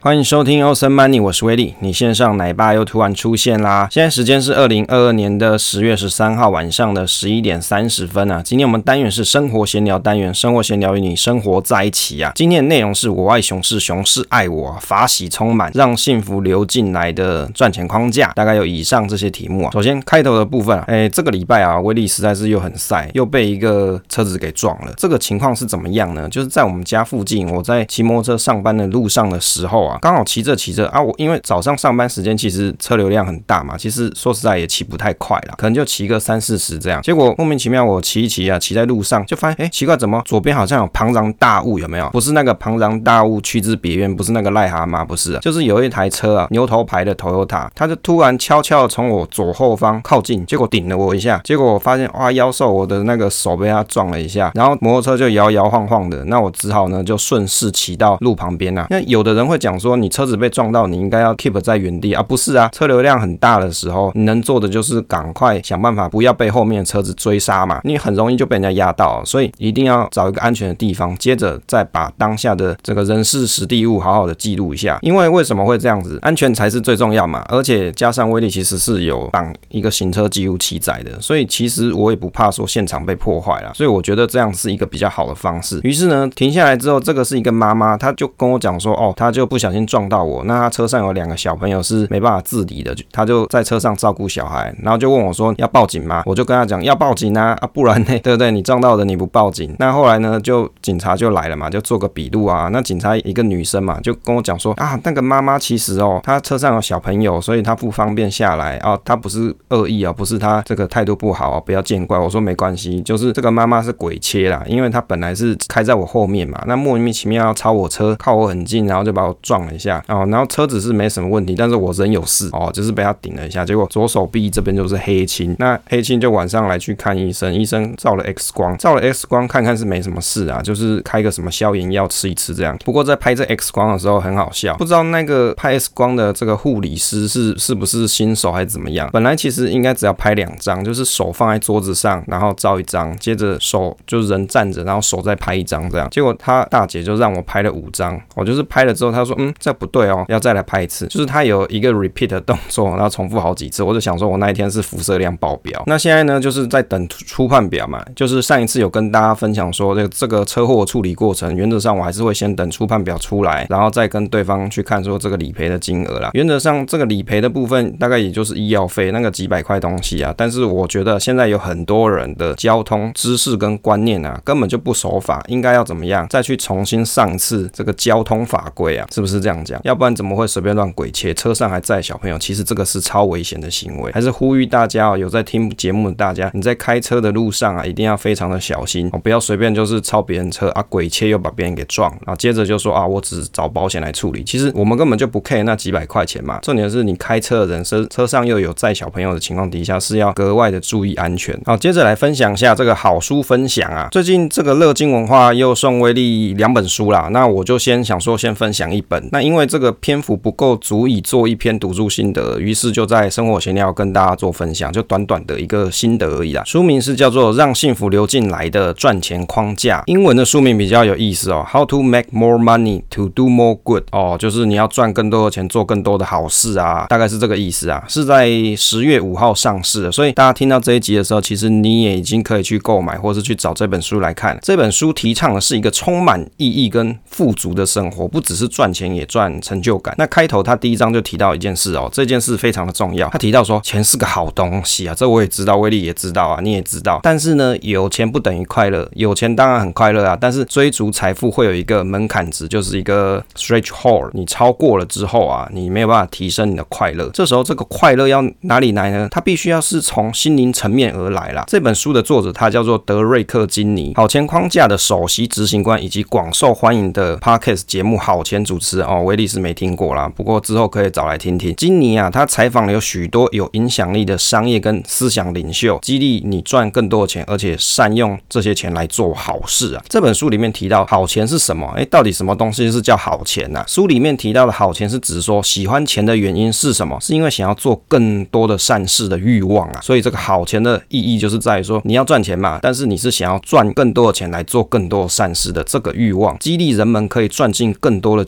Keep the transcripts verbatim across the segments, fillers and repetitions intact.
欢迎收听 Awesome Money， 我是威利。你线上奶爸又突然出现啦！现在时间是二零二二年的十月十三号晚上的十一点三十分啊。今天我们单元是生活闲聊单元，生活闲聊与你生活在一起啊。今天的内容是我爱熊市，熊市爱我、啊，法喜充满，让幸福流进来的赚钱框架，大概有以上这些题目啊。首先开头的部分啊，哎，这个礼拜啊，威利实在是又很晒，又被一个车子给撞了。这个情况是怎么样呢？就是在我们家附近，我在骑摩托车上班的路上的时候啊。刚好骑着骑着啊，我因为早上上班时间其实车流量很大嘛，其实说实在也骑不太快啦，可能就骑个三四十这样。结果莫名其妙我骑一骑啊，骑在路上就发现，哎，奇怪，怎么左边好像有庞然大物？有没有？不是那个庞然大物趋之别院，不是那个癞蛤蟆，不是啊，就是有一台车啊，牛头牌的 Toyota， 它就突然悄悄从我左后方靠近，结果顶了我一下，结果我发现哇，腰受我的那个手被它撞了一下，然后摩托车就摇摇晃晃的，那我只好呢就顺势骑到路旁边啊。那有的人会讲说，你车子被撞到，你应该要 keep 在原地啊，不是啊，车流量很大的时候，你能做的就是赶快想办法不要被后面的车子追杀嘛，你很容易就被人家压到，所以一定要找一个安全的地方，接着再把当下的这个人事时地物好好的记录一下。因为为什么会这样子？安全才是最重要嘛，而且加上威力其实是有绑一个行车记录器载的，所以其实我也不怕说现场被破坏啦，所以我觉得这样是一个比较好的方式。于是呢，停下来之后，这个是一个妈妈，她就跟我讲说，哦，她就不小心撞到我，那她车上有两个小朋友是没办法自理的，她就在车上照顾小孩，然后就问我说要报警吗？我就跟她讲要报警啊，啊不然呢，对不对？你撞到人你不报警，那后来呢，就警察就来了嘛，就做个笔录啊。那警察一个女生嘛，就跟我讲说啊，那个妈妈其实哦，她车上有小朋友，所以她不方便下来啊，她不是恶意啊，不是她这个态度不好啊，不要见怪。我说没关系，就是这个妈妈是鬼切啦，因为她本来是开在我后面嘛，那莫名其妙要超我车，靠我很近，然后就把我撞了一下哦，然后车子是没什么问题，但是我人有事哦，就是被他顶了一下，结果左手臂这边就是黑青，那黑青就晚上来去看医生，医生照了 X 光，照了 X 光看看是没什么事啊，就是开个什么消炎药吃一吃这样。不过在拍这 X 光的时候很好笑，不知道那个拍 X 光的这个护理师是是不是新手还是怎么样？本来其实应该只要拍两张，就是手放在桌子上，然后照一张，接着手就是人站着，然后手再拍一张这样。结果他大姐就让我拍了五张，我就是拍了之后，他说嗯这不对哦，要再来拍一次，就是他有一个 repeat 的动作，然后重复好几次，我就想说我那一天是辐射量爆表。那现在呢，就是在等初判表嘛，就是上一次有跟大家分享说这个这个车祸处理过程，原则上我还是会先等初判表出来，然后再跟对方去看说这个理赔的金额啦。原则上这个理赔的部分大概也就是医药费那个几百块东西啊，但是我觉得现在有很多人的交通知识跟观念啊根本就不守法，应该要怎么样再去重新上一次这个交通法规啊，是不是这样讲？要不然怎么会随便乱鬼切，车上还载小朋友，其实这个是超危险的行为。还是呼吁大家哦，有在听节目的大家，你在开车的路上啊，一定要非常的小心哦，不要随便就是超别人车啊，鬼切又把别人给撞，然后接着就说啊，我只找保险来处理。其实我们根本就不 care 那几百块钱嘛，重点是你开车的人车车上又有载小朋友的情况底下，是要格外的注意安全。好，接着来分享一下这个好书分享啊，最近这个乐金文化又送威力两本书啦，那我就先想说先分享一本，那因为这个篇幅不够足以做一篇读书心得，于是就在生活闲聊跟大家做分享，就短短的一个心得而已啦。书名是叫做让幸福流进来的赚钱框架，英文的书名比较有意思哦 How to make more money to do more good 哦，就是你要赚更多的钱做更多的好事啊，大概是这个意思啊，是在十月五号上市的，所以大家听到这一集的时候，其实你也已经可以去购买或是去找这本书来看。这本书提倡的是一个充满意义跟富足的生活，不只是赚钱也赚成就感。那开头他第一章就提到一件事哦，这件事非常的重要，他提到说钱是个好东西啊，这我也知道，威力也知道啊，你也知道，但是呢有钱不等于快乐，有钱当然很快乐啊，但是追逐财富会有一个门槛值，就是一个 threshold， 你超过了之后啊，你没有办法提升你的快乐，这时候这个快乐要哪里来呢？它必须要是从心灵层面而来啦。这本书的作者他叫做德瑞克金尼，好钱框架的首席执行官以及广受欢迎的 Podcast 节目好钱主持人哦，威力是没听过啦，不过之后可以找来听听。金尼啊，他采访了有许多有影响力的商业跟思想领袖，激励你赚更多的钱，而且善用这些钱来做好事啊。这本书里面提到好钱是什么？哎，到底什么东西是叫好钱啊？书里面提到的好钱是指说喜欢钱的原因是什么？是因为想要做更多的善事的欲望啊。所以这个好钱的意义就是在于说你要赚钱嘛，但是你是想要赚更多的钱来做更多的善事的这个欲望，激励人们可以赚进更多的钱，而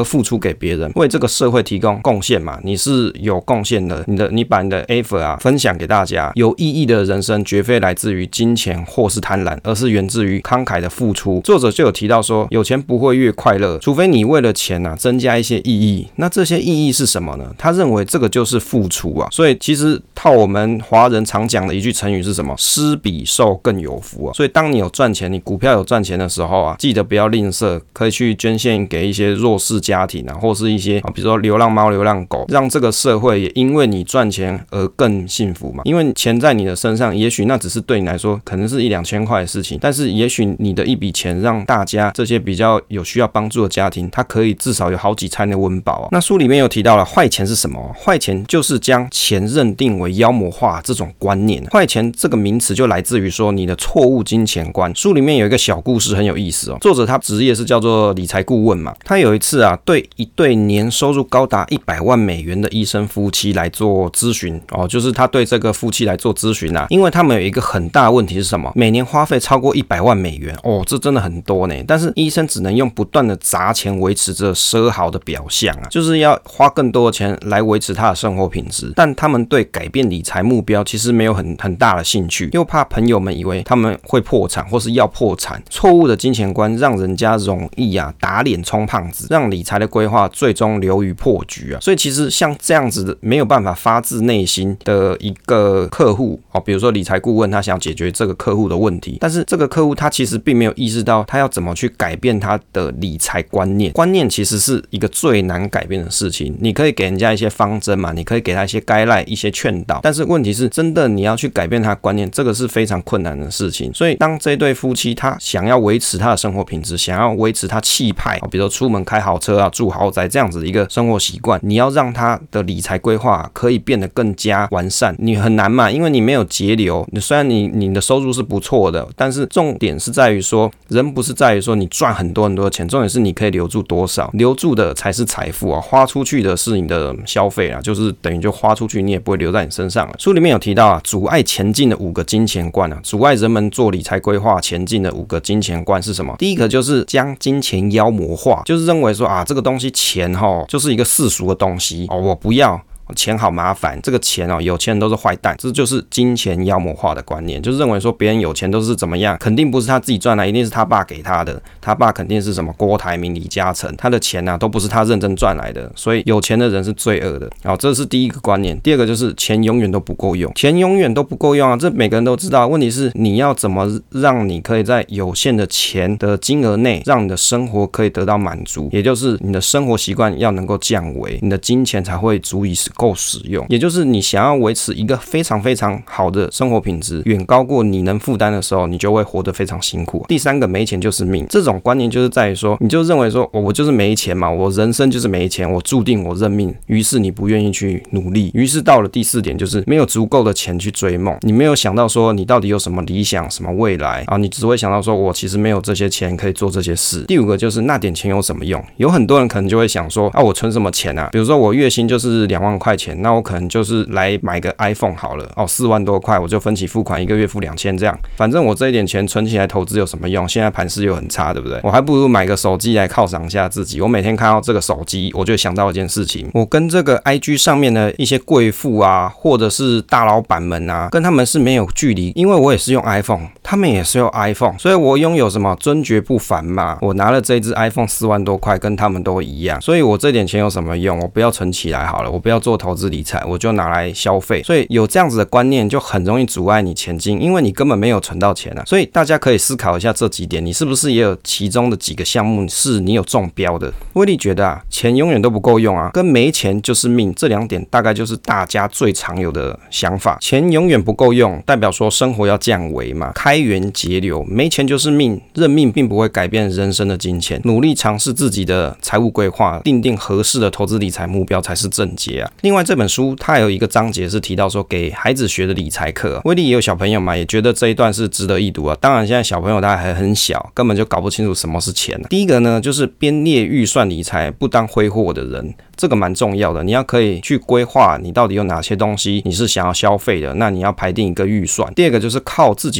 付出给别人，为这个社会提供贡献嘛，你是有贡献的，你的你把你的 effort 啊分享给大家，有意义的人生绝非来自于金钱或是贪婪，而是源自于慷慨的付出。作者就有提到说，有钱不会越快乐，除非你为了钱啊增加一些意义。那这些意义是什么呢？他认为这个就是付出啊。所以其实套我们华人常讲的一句成语是什么？施比受更有福啊。所以当你有赚钱，你股票有赚钱的时候啊，记得不要吝啬，可以去捐献给一些弱势家庭啊，或是一些啊，比如说流浪猫、流浪狗，让这个社会也因为你赚钱而更幸福嘛。因为钱在你的身上，也许那只是对你来说可能是一两千块的事情，但是也许你的一笔钱让大家这些比较有需要帮助的家庭，他可以至少有好几餐的温饱啊。那书里面有提到了坏钱是什么？坏钱就是将钱认定为妖魔化这种观念。坏钱这个名词就来自于说你的错误金钱观。书里面有一个小故事很有意思哦，作者他职业是叫做理财顾问嘛，他有一次啊对一对年收入高达一百万美元的医生夫妻来做咨询哦，就是他对这个夫妻来做咨询啊，因为他们有一个很大的问题是什么？每年花费超过一百万美元哦，这真的很多呢。但是医生只能用不断的砸钱维持着奢豪的表象啊，就是要花更多的钱来维持他的生活品质。但他们对改变理财目标其实没有很很大的兴趣，又怕朋友们以为他们会破产或是要破产。错误的金钱观让人家容易啊打脸充胖子，让理财的规划最终流于破局啊。所以其实像这样子的没有办法发自内心的一个客户哦，比如说理财顾问他想要解决这个客户的问题，但是这个客户他其实并没有意识到他要怎么去改变他的理财观念。观念其实是一个最难改变的事情。你可以给人家一些方针嘛，你可以给他一些guideline一些劝导，但是问题是真的你要去改变他的观念，这个是非常困难的事情。所以当这对夫妻他想要维持他的生活品质，想要维持他气派，比如说出门开好车啊，住豪宅这样子的一个生活习惯，你要让他的理财规划可以变得更加完善，你很难嘛，因为你没有节流。你虽然你你的收入是不错的，但是重点是在于说，人不是在于说你赚很多很多的钱，重点是你可以留住多少，留住的才是财富啊，花出去的是你的消费啊，就是等于就花出去，你也不会留在你身上了。书里面有提到啊，阻碍前进的五个金钱观啊，阻碍人们做理财规划前进的五个金钱观是什么？第一个就是将金钱妖魔化，就是认为说啊，这个东西钱齁就是一个世俗的东西哦，我不要。钱好麻烦，这个钱哦，有钱人都是坏蛋，这就是金钱妖魔化的观念，就是认为说别人有钱都是怎么样，肯定不是他自己赚来，一定是他爸给他的，他爸肯定是什么郭台铭、李嘉诚，他的钱啊都不是他认真赚来的，所以有钱的人是罪恶的。好，这是第一个观念。第二个就是钱永远都不够用，钱永远都不够用啊，这每个人都知道。问题是你要怎么让你可以在有限的钱的金额内，让你的生活可以得到满足，也就是你的生活习惯要能够降维，你的金钱才会足以够使用，也就是你想要维持一个非常非常好的生活品质，远高过你能负担的时候，你就会活得非常辛苦。第三个，没钱就是命，这种观念就是在于说，你就认为说，我就是没钱嘛，我人生就是没钱，我注定我认命，于是你不愿意去努力，于是到了第四点，就是没有足够的钱去追梦，你没有想到说你到底有什么理想、什么未来啊，你只会想到说我其实没有这些钱可以做这些事。第五个就是那点钱有什么用？有很多人可能就会想说，啊，我存什么钱啊？比如说我月薪就是两万块钱。那我可能就是来买个 iPhone 好了哦，四万多块我就分期付款，一个月付两千这样，反正我这一点钱存起来投资有什么用？现在盘势又很差，对不对？我还不如买个手机来犒赏一下自己。我每天看到这个手机，我就想到一件事情，我跟这个 I G 上面的一些贵妇啊，或者是大老板们啊，跟他们是没有距离，因为我也是用 iPhone， 他们也是用 iPhone， 所以我拥有什么尊爵不凡嘛。我拿了这支 iPhone 四万多块，跟他们都一样，所以我这点钱有什么用？我不要存起来好了，我不要做投资理财，我就拿来消费。所以有这样子的观念就很容易阻碍你前进，因为你根本没有存到钱啊。所以大家可以思考一下这几点，你是不是也有其中的几个项目是你有中标的？威力觉得啊，钱永远都不够用啊，跟没钱就是命这两点大概就是大家最常有的想法。钱永远不够用，代表说生活要降维嘛，开源节流。没钱就是命，认命并不会改变人生的金钱，努力尝试自己的财务规划，定定合适的投资理财目标才是正解啊。另外这本书它有一个章节是提到说给孩子学的理财课，威力也有小朋友嘛，也觉得这一段是值得一读啊。当然现在小朋友他还很小，根本就搞不清楚什么是钱啊。第一个呢，就是编列预算理财，不当挥霍的人。这个蛮重要的，你要可以去规划你到底有哪些东西你是想要消费的，那你要排定一个预算。第二个就是靠自己的投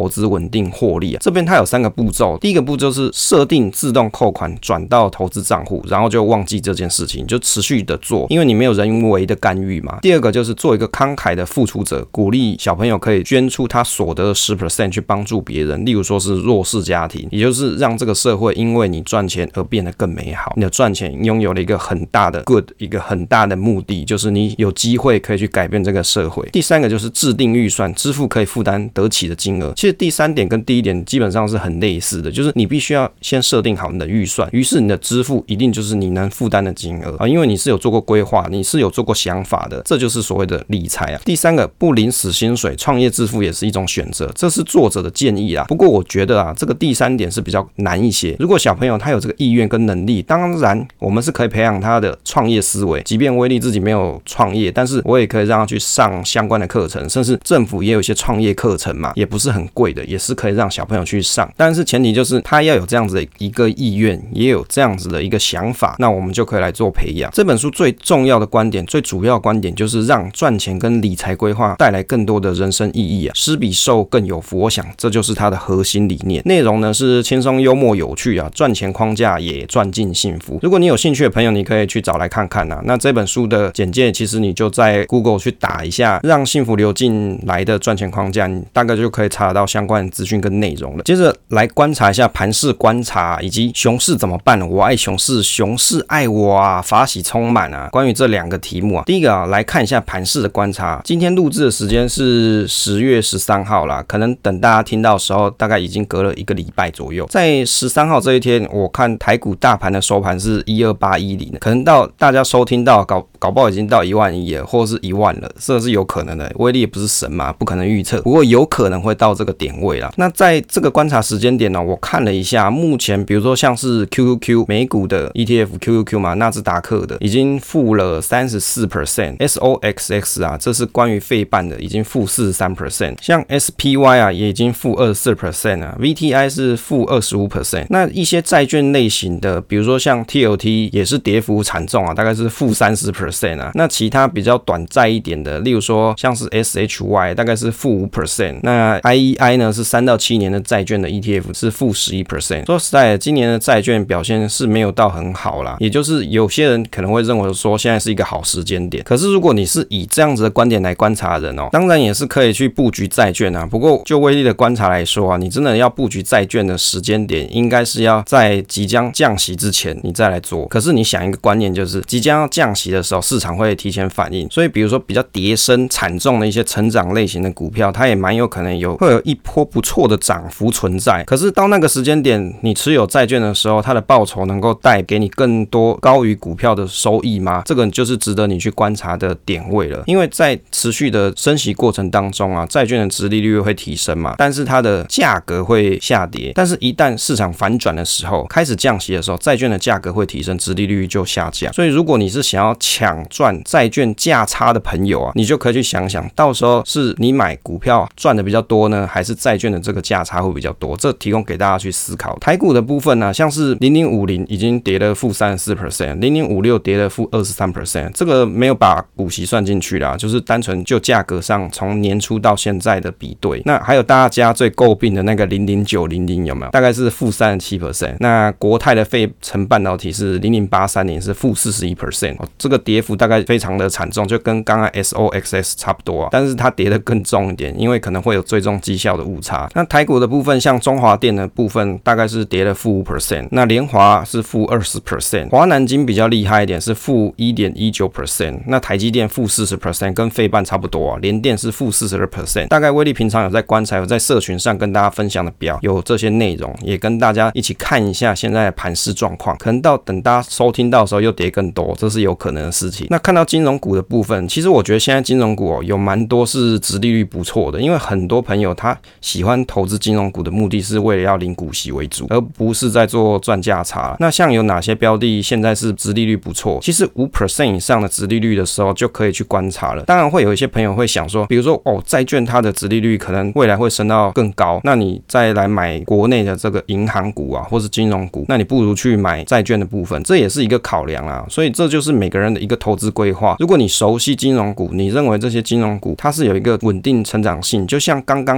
资稳定获利啊。这边它有三个步骤，第一个步骤是设定自动扣款转到投资账户，然后就忘记这件事情，就持续的做，因为你没有人为的干预嘛。第二个就是做一个慷慨的付出者，鼓励小朋友可以捐出他所得的 百分之十 去帮助别人，例如说是弱势家庭，也就是让这个社会因为你赚钱而变得更美好。你的赚钱拥有了一个很大的 good， 一个很大的目的，就是你有机会可以去改变这个社会。第三个就是制定预算，支付可以负担得起的金额。其实第三点跟第一点基本上是很类似的，就是你必须要先设定好你的预算，于是你的支付一定就是你能负担的金额啊，因为你是有做过规划，你是有做过想法的，这就是所谓的理财啊。第三个，不领死薪水，创业致富也是一种选择，这是作者的建议啦。不过我觉得啊，这个第三点是比较难一些。如果小朋友他有这个意愿跟能力，当然我们是可以培养他的创业思维，即便威力自己没有创业，但是我也可以让他去上相关的课程，甚至政府也有一些创业课程嘛，也不是很贵的，也是可以让小朋友去上。但是前提就是他要有这样子的一个意愿，也有这样子的一个想法，那我们就可以来做培养。这本书最重要的观点，最主要的观点就是让赚钱跟理财规划带来更多的人生意义啊，施比受更有福。我想这就是它的核心理念。内容呢是轻松幽默有趣啊，赚钱框架也赚进幸福。如果你有兴趣的朋友，你可以去找来看看啊。那这本书的简介其实你就在 Google 去打一下让幸福流进来的赚钱框架，你大概就可以查得到相关的资讯跟内容了。接着来观察一下盘势观察以及熊市怎么办，我爱熊市，熊市爱我啊，法喜充满啊。关于这两个题目啊，第一个啊，来看一下盘势的观察。今天录制的时间是十月十三号啦，可能等大家听到的时候，大概已经隔了一个礼拜左右。在十三号这一天，我看台股大盘的收盘是一二八一零，可能到大家收听到搞搞不好已经到一万一了，或是一万了，这是有可能的。威力也不是神嘛，不可能预测，不过有可能会到这个点位啦。那在这个观察时间点呢，我看了一下，目前比如说像是 Q Q Q 美股的 E T F Q Q Q 嘛，纳斯达克的已经负了 百分之三十四 ，S O X X 啊，这是关于费半的，已经负 百分之四十三， 像 S P Y 啊也已经负 百分之二十四 啊 ，V T I 是负 百分之二十五。那一些债券类型的，比如说像 T L T 也是跌幅惨重啊，大概是负 百分之三十 啊。那其他比较短债一点的，例如说像是 S H Y 大概是负 百分之五， 那 I E I 呢是三到七年的债券的 E T F 是负 百分之十一。说实在的，今年的债券表现是没有到很好啦，也就是有些人可能会认为说现在是一个好时间点。可是如果你是以这样子的观点来观察的人哦，当然也是可以去布局债券啊。不过就威力的观察来说啊，你真的要布局债券的时间点，应该是要在即将降息之前你再来做。可是你想一个观念，就是即将要降息的时候，市场会提前反应，所以比如说比较跌深惨重的一些成长类型的股票，它也蛮有可能有会有一波不错的涨幅存在。可是到那个时间点，你持有债券的时候，它的报酬能够带给你更多高于股票的收益吗？这个就是值得你去观察的点位了。因为在持续的升息过程当中啊，债券的殖利率会提升嘛，但是它的价格会下跌。但是一旦市场反转的时候，开始降息的时候，债券的价格会提升，殖利率就下降。所以如果你是想要抢赚债券价差的朋友啊，你就可以去想想，到时候是你买股票赚的比较多呢，还是债券的这个价差会比较多？这提供给大家去思考。台股的部分呢、啊，像是零零五零已经跌了负 百分之三十四， 零零五六跌了负 百分之二十三， 这个没有把股息算进去啦，就是单纯就价格上从年初到现在的比对。那还有大家最诟病的那个零零九零零有没有？大概是负 百分之三十七。那国泰的费城半导体是零零八三零是负 百分之四十一、哦，这个跌幅大概非常的惨重，就跟刚刚 S O X S 差不多啊，但是它跌得更重一点，因为可能会有最终绩效的误差。那台股的部分，像中华电的部分大概是跌了负 百分之五， 那联华是负 百分之二十， 华南金比较厉害一点是负 百分之一点一九， 那台积电负 百分之四十， 跟费半差不多啊，联电是负 百分之四十二。 大概威力平常有在观察，有在社群上跟大家分享的表有这些内容，也跟大家一起看一下现在的盘势状况，可能到等大家收听到的时候又跌更多，这是有可能的事情。那看到金融股的部分，其实我觉得现在金融股哦有蛮多是殖利率不错的，因为很多朋友他喜欢投资金融股的目的是为了要领股息为主，而不是在做赚价差。那像有哪些标的现在是殖利率不错，其实 百分之五 以上的殖利率的时候就可以去观察了。当然会有一些朋友会想说，比如说哦债券它的殖利率可能未来会升到更高，那你再来买国内的这个银行股啊或是金融股，那你不如去买债券的部分，这也是一个考量啊。所以这就是每个人的一个投资规划。如果你熟悉金融股，你认为这些金融股它是有一个稳定成长性，就像刚刚的这个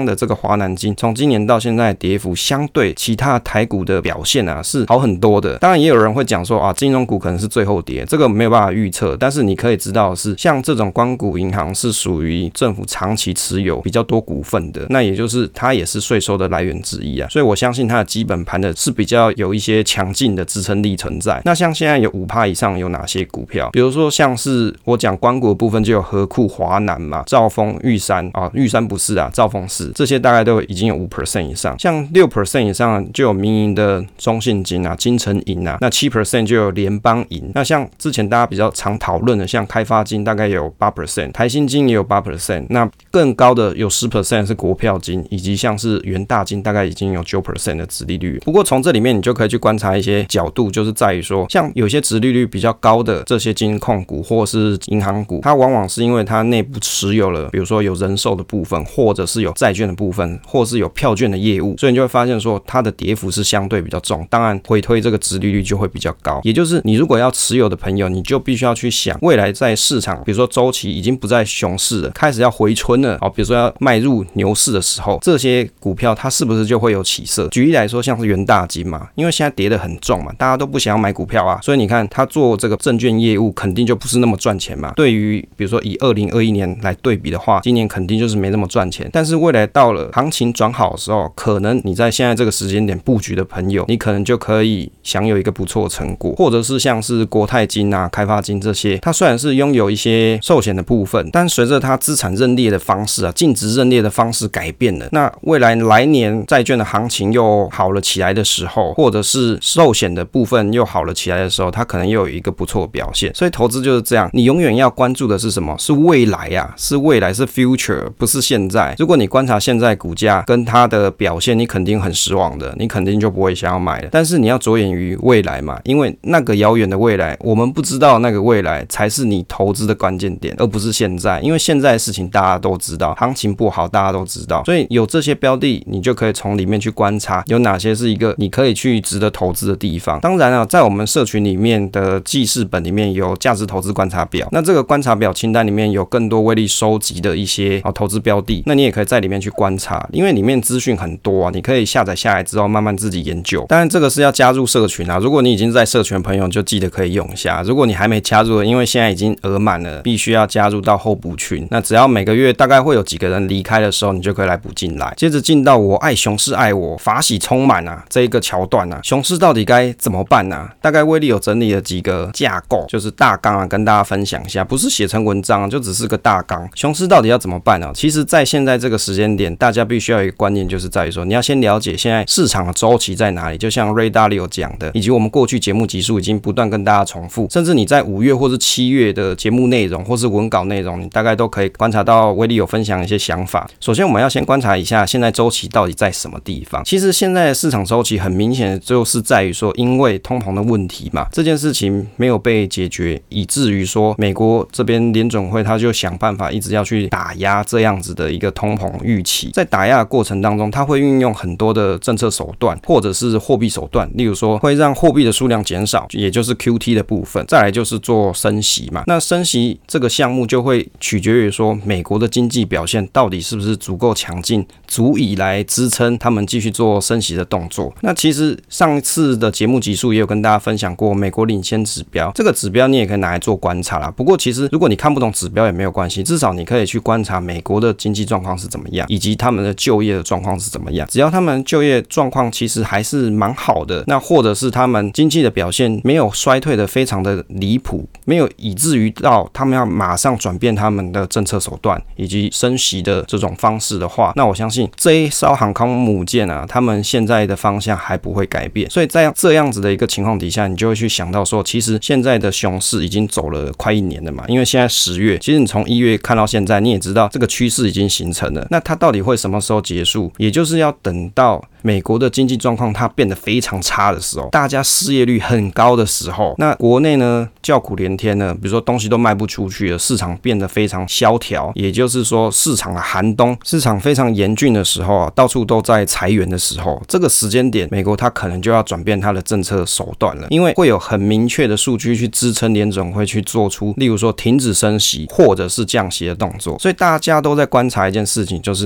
华南金从今年到现在的跌幅相对其他台股的表现啊是好很多的。当然也有人会讲说啊，金融股可能是最后跌，这个没有办法预测，但是你可以知道的是，像这种官股银行是属于政府长期持有比较多股份的，那也就是它也是税收的来源之一啊，所以我相信它的基本盘的是比较有一些强劲的支撑力存在。那像现在有 百分之五 以上有哪些股票？比如说像是我讲官股的部分就有和库、华南嘛、兆丰、玉山啊，玉山不是啊，兆丰是，这些大概都已经有 百分之五 以上，像 百分之六 以上就有民营的中信金啊、金城银啊，那 百分之七 就有联邦银。那像之前大家比较常讨论的，像开发金大概有 百分之八， 台新金也有 百分之八， 那更高的有 百分之十 是国票金，以及像是元大金大概已经有 百分之九 的殖利率。不过从这里面你就可以去观察一些角度，就是在于说，像有些殖利率比较高的这些金控股或是银行股，它往往是因为它内部持有了，比如说有人寿的部分，或者是有债券的部分，或是有票券的业务，所以你就会发现说它的跌幅是相对比较重，当然回推这个殖利率就会比较高。也就是你如果要持有的朋友，你就必须要去想，未来在市场，比如说周期已经不在熊市了，开始要回春了，好，比如说要迈入牛市的时候，这些股票它是不是就会有起色？举例来说，像是元大金嘛，因为现在跌得很重嘛，大家都不想要买股票啊，所以你看它做这个证券业务肯定就不是那么赚钱嘛。对于比如说以二零二一年来对比的话，今年肯定就是没那么赚钱，但是未来到了行情转好的时候，可能你在现在这个时间点布局的朋友，你可能就可以享有一个不错的成果。或者是像是国泰金啊、开发金这些，它虽然是拥有一些寿险的部分，但随着它资产认列的方式啊、净值认列的方式改变了，那未来来年债券的行情又好了起来的时候，或者是寿险的部分又好了起来的时候，它可能又有一个不错的表现。所以投资就是这样，你永远要关注的是什么？是未来啊，是未来，是 future， 不是现在。如果你观察现在股价跟它的表现，你肯定很失望的，你肯定就不会想要买了。但是你要着眼于未来嘛，因为那个遥远的未来，我们不知道那个未来才是你投资的关键点，而不是现在。因为现在的事情大家都知道，行情不好大家都知道，所以有这些标的，你就可以从里面去观察有哪些是一个你可以去值得投资的地方。当然啊，在我们社群里面的记事本里面有价值投资观察表，那这个观察表清单里面有更多威力收集的一些、啊、投资标的，那你也可以在里面去观察，因为里面资讯很多啊，你可以下载下来之后慢慢自己研究。当然这个是要加入社群啊，如果你已经在社群的朋友就记得可以用一下，如果你还没加入的，因为现在已经额满了，必须要加入到候补群，那只要每个月大概会有几个人离开的时候，你就可以来补进来。接着进到我爱熊市爱我法喜充满啊这一个桥段啊，熊市到底该怎么办啊？大概威力有整理了几个架构，就是大纲啊，跟大家分享一下，不是写成文章，就只是个大纲。熊市到底要怎么办啊？其实在现在这个时间点，大家必须要有一个观念，就是在于说，你要先了解现在市场的周期在哪里，就像 Ray Dalio 讲的，以及我们过去节目集数已经不断跟大家重复，甚至你在五月或是七月的节目内容或是文稿内容，你大概都可以观察到威力有分享一些想法。首先我们要先观察一下现在周期到底在什么地方。其实现在的市场周期很明显的就是在于说，因为通膨的问题嘛，这件事情没有被解决，以至于说美国这边联准会他就想办法一直要去打压这样子的一个通膨预期。在打压的过程当中，他会运用很多的政策手段或者是货币手段，例如说会让货币的数量减少，也就是 Q T 的部分，再来就是做升息嘛。那升息这个项目就会取决于说美国的经济表现到底是不是足够强劲，足以来支撑他们继续做升息的动作。那其实上一次的节目集数也有跟大家分享过美国领先指标，这个指标你也可以拿来做观察啦。不过其实如果你看不懂指标也没有关系，至少你可以去观察美国的经济状况是怎么样，以及他们的就业的状况是怎么样。只要他们就业状况其实还是蛮好的，那或者是他们经济的表现没有衰退的非常的离谱，没有以至于到他们要马上转变他们的政策手段以及升息的这种方式的话，那我相信这一艘航空母舰啊，他们现在的方向还不会改变。所以在这样子的一个情况底下，你就会去想到说，其实现在的熊市已经走了快一年了嘛，因为现在十月，其实你从一月看到现在，你也知道这个趋势已经形成了。那它到底会什么时候结束？也就是要等到美国的经济状况它变得非常差的时候，大家失业率很高的时候，那国内呢叫苦连天呢，比如说东西都卖不出去了，市场变得非常萧条，也就是说市场的寒冬，市场非常严峻的时候啊，到处都在裁员的时候，这个时间点美国它可能就要转变它的政策手段了，因为会有很明确的数据去支撑联准会去做出例如说停止升息或者是降息的动作。所以大家都在观察一件事情，就是到底什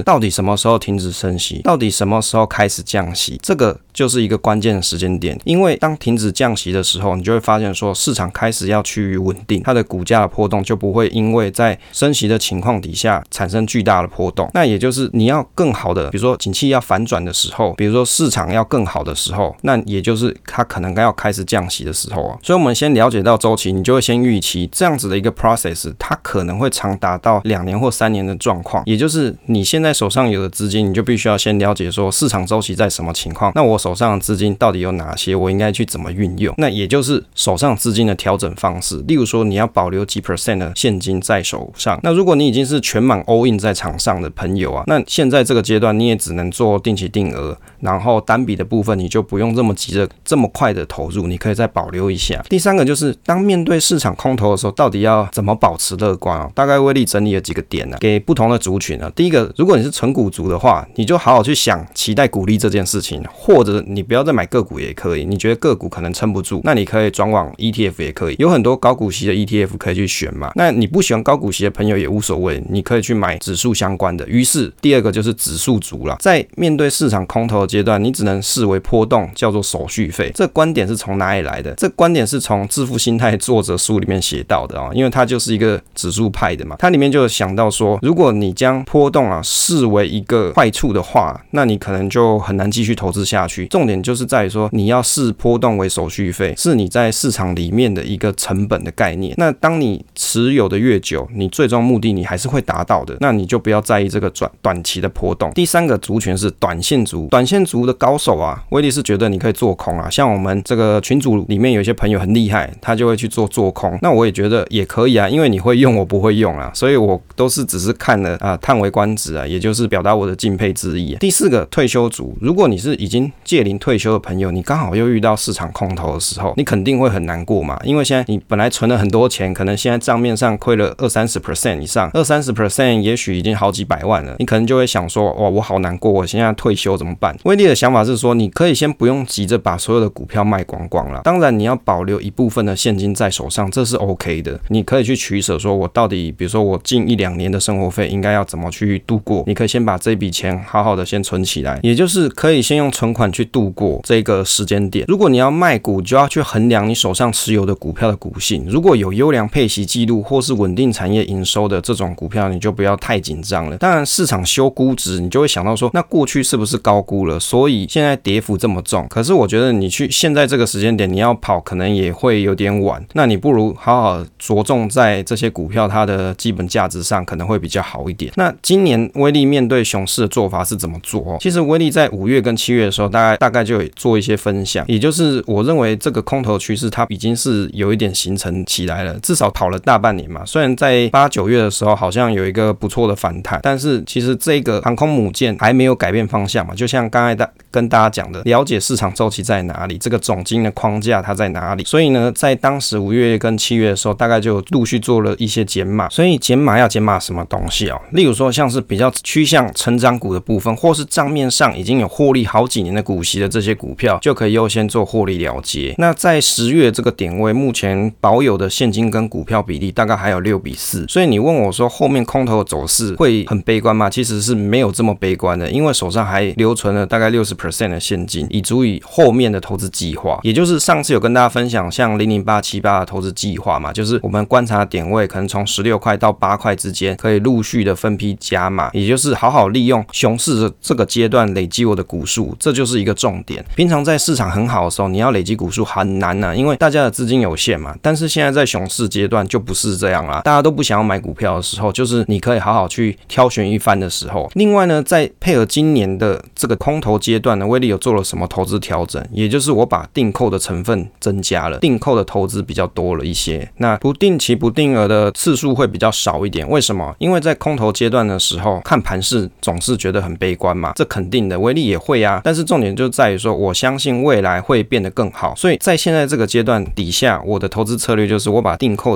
么时候停止升息，到底什么时候开始降息，这个就是一个关键的时间点。因为当停止降息的时候，你就会发现说市场开始要趋于稳定，它的股价的波动就不会因为在升息的情况底下产生巨大的波动。那也就是你要更好的，比如说景气要反转的时候，比如说市场要更好的时候，那也就是它可能要开始降息的时候啊。所以我们先了解到周期，你就会先预期这样子的一个 process， 它可能会长达到两年或三年的状况。也就是你现在手上有的资金，你就必须要先了解说市场周期在什么情况，那我手上的资金到底有哪些，我应该去怎么运用。那也就是手上资金的调整方式，例如说你要保留几 percent 的现金在手上。那如果你已经是全满 all in 在场上的朋友啊，那现在这个阶段你也只能做定期定额，然后单笔的部分你就不用这么急着这么快的投入，你可以再保留一下。第三个就是当面对市场空头的时候，到底要怎么保持乐观啊？大概威力整理了几个点啊，给不同的族群啊。第一个，如果你是纯股族的话，你就好好去想期待股利这件事情，或者你不要再买个股也可以，你觉得个股可能撑不住，那你可以转往 E T F 也可以，有很多高股息的 E T F 可以去选嘛。那你不喜欢高股息的朋友也无所谓，你可以去买指数相关的。于是第二个就是指数族啦，在面对市场空头的阶段，你只能视为波动叫做手续费。这观点是从哪里来的？这观点是从致富心态作者书里面写到的哦，因为他就是一个指数派的嘛，他里面就有想到说，如果你将波动啊视为一个坏处的话，那你可能就很难继续投资下去。重点就是在于说，你要视波动为手续费，是你在市场里面的一个成本的概念。那当你持有的越久，你最终目的你还是会达到的，那你就不要在意这个短短期的波动。第三个族群是短线族，短线族的高手啊，威力是觉得你可以做空啊，像我们这个群组里面有一些朋友很厉害，他就会去做做空，那我也觉得也可以啊，因为你会用我不会用啊，所以我都是只是看了啊叹为观止啊，也就是表达我的敬佩之意啊。第四个退休族，如果你是已经届龄退休的朋友，你刚好又遇到市场空头的时候，你肯定会很难过嘛，因为现在你本来存了很多钱，可能现在账面上亏了二三十 percent 以上，二三十 percent 也许已经好几百万了，你可能就会想说，哇，我好难过，我现在退休怎么办？威力的想法是说，你可以先不用急着把所有的股票卖光光了，当然你要保留一部分的现金在手上，这是 OK 的，你可以去取舍，说我到底比如说我近一两年的生活费应该要怎么去度过，你可以先把这笔钱好好的先存起来，也就是可以先用存款去度过这个时间点。如果你要卖股，就要去衡量你手上持有的股票的股性，如果有优良配息记录或是稳定产业营收的这种股票，你就不要太紧张了。当然市场修估值，你就会想到说，那过去是不是高估了，所以现在跌幅这么重。可是我觉得你去现在这个时间点你要跑可能也会有点晚，那你不如好好着重在这些股票它的基本价值上，可能会比较好一点。那今年威力面对熊市的做法是怎么做哦？其实威力在五月跟七月的时候大概大概就有做一些分享，也就是我认为这个空头趋势它已经是有一点形成起来了，至少跑了大半年嘛。虽然在八九月的时候好像有一个不错的反弹，但是其实这个航空母舰还没有改变方向嘛，就像刚才大跟大家讲的，了解市场周期在哪里，这个总经的框架它在哪里。所以呢，在当时五月跟七月的时候，大概就陆续做了一些减码。所以减码要减码什么东西哦？例如说像是比较趋向成长股的部分，或是账面上已经有获利好几年的股息的这些股票，就可以优先做获利了结。那在十月这个点位，目前保有的现金跟股票比例大概还有六比四。所以你问我说后面空头的走势会很悲观吗？其实是没有这么悲观的，因为手上还留存了大概 百分之六十 的现金，以足以后面的投资计划。也就是上次有跟大家分享像零零八七八的投资计划嘛，就是我们观察的点位可能从十六块到八块之间，可以陆续的分批加码，也就是好好利用熊市的这个阶段累积我的股数，这就是一个重点。平常在市场很好的时候，你要累积股数很难啊，因为大家的资金有限嘛。但是现在在熊市阶段就不是这样啦，大家都不想要买股票的时候，就是你可以好好去挑选一番的时候。另外呢，在配合今年的这个空头阶段呢，威力有做了什么投资调整，也就是我把定扣的成分增加了，定扣的投资比较多了一些，那不定期不定额的次数会比较少一点。为什么？因为在空头阶段的时候，看盘势总是觉得很悲观嘛，这肯定的，威力也会啊。但是重点就在于说，我相信未来会变得更好，所以在现在这个阶段底下，我的投资策略就是我把定扣的项目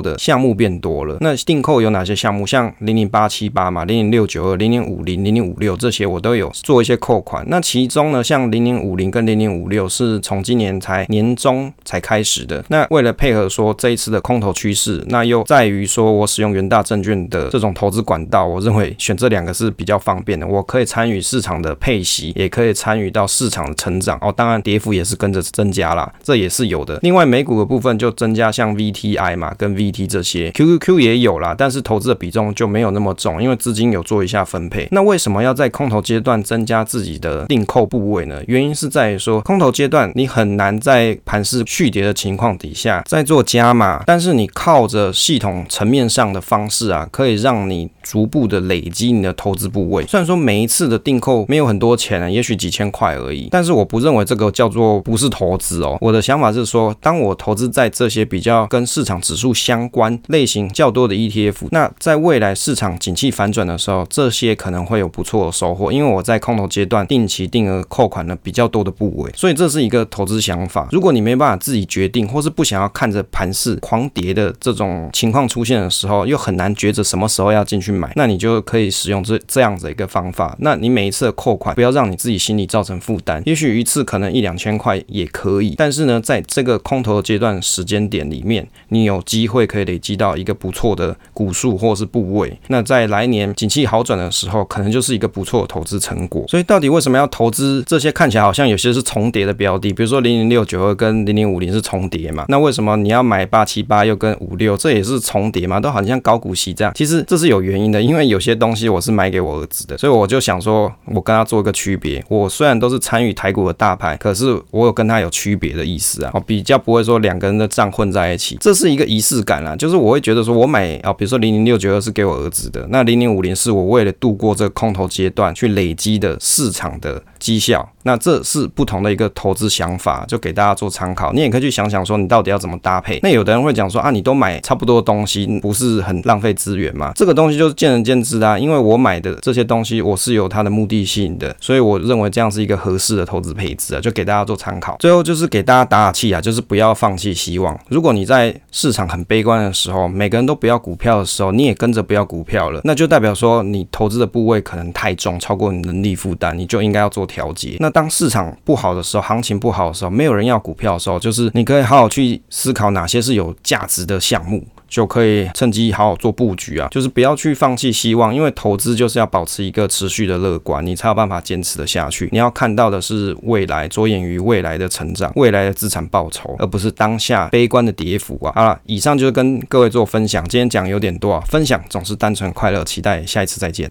目变多了。那订购有哪些项目？像零零八七八嘛，零零六九二、零零五零、零零五六这些我都有做一些扣款。那其中呢，像零零五零跟零零五六是从今年才年中才开始的。那为了配合说这一次的空头趋势，那又在于说我使用元大证券的这种投资管道，我认为选这两个是比较方便的。我可以参与市场的配息，也可以参与到市场的成长哦。当然跌幅也是跟着增加啦，这也是有的。另外美股的部分就增加像 V T I 嘛跟 V T 这些 ，Q Q Q 也有啦，但是投资的比重就没有那么重，因为资金有做一下分配。那为什么要在空头阶段增加自己的订购部位呢？原因是在于说空头阶段你很难在盘势续跌的情况底下再做加码，但是你靠着系统层面上的方式啊，可以让你逐步的累积你的投资部位。虽然说每一次的订购没有很多钱啊，也许几千块而已，但是我不认为这个叫做不是投资哦。我的想法是说，当我投资在这些比较跟市场指数相关类型较多的 E T F， 那在未来市场景气反转的时候，这些可能会有不错的收获，因为我在空头阶段定期定额扣款了比较多的部位，所以这是一个投资想法。如果你没办法自己决定，或是不想要看着盘势狂跌的这种情况出现的时候，又很难抉择什么时候要进去买，那你就可以使用这这样子的一个方法。那你每一次的扣款不要让你自己心里造成负担，也许一次可能一两千块也可以，但是呢，在这个空头阶段时间点里面，你有机会可以累积到一个不错的股数或是部位。那在来年景气好转的时候，可能就是一个不错的投资成果。所以到底为什么要投资这些看起来好像有些是重叠的标的，比如说零零六九二跟零零五零是重叠嘛？那为什么你要买八七八又跟五六，这也是重叠嘛？都好像高股息这样。其实这是有原因的，因为有些东西我是买给我儿子的，所以我就想说，我跟他做一个区别。我虽然都是参与台股的大盘，可是我有跟他有区别的意思啊，比较不会说两个人的账混在一起。这是一个仪式感啦，就是我会觉得说我买啊，比如说零零六九二是给我儿子的，那零零五零是我为了度过这个空头阶段去累积的市场的绩效。那这是不同的一个投资想法，就给大家做参考。你也可以去想想说，你到底要怎么搭配。那有的人会讲说啊，你都买差不多的东西，不是很浪费资源吗？这个东西就是见仁见智啊。因为我买的这些东西，我是有它的目的性的，所以我认为这样是一个合适的投资配置啊，就给大家做参考。最后就是给大家打打气啊，就是不要放弃希望。如果你在市场很悲观的时候，每个人都不要股票的时候，你也跟着不要股票了，那就代表说你投资的部位可能太重，超过你能力负担，你就应该要做调节。那当市场不好的时候，行情不好的时候，没有人要股票的时候，就是你可以好好去思考哪些是有价值的项目，就可以趁机好好做布局啊，就是不要去放弃希望，因为投资就是要保持一个持续的乐观，你才有办法坚持的下去。你要看到的是未来，着眼于未来的成长，未来的资产报酬，而不是当下悲观的跌幅啊。好了，以上就是跟各位做分享，今天讲有点多啊，分享总是单纯快乐，期待下一次再见。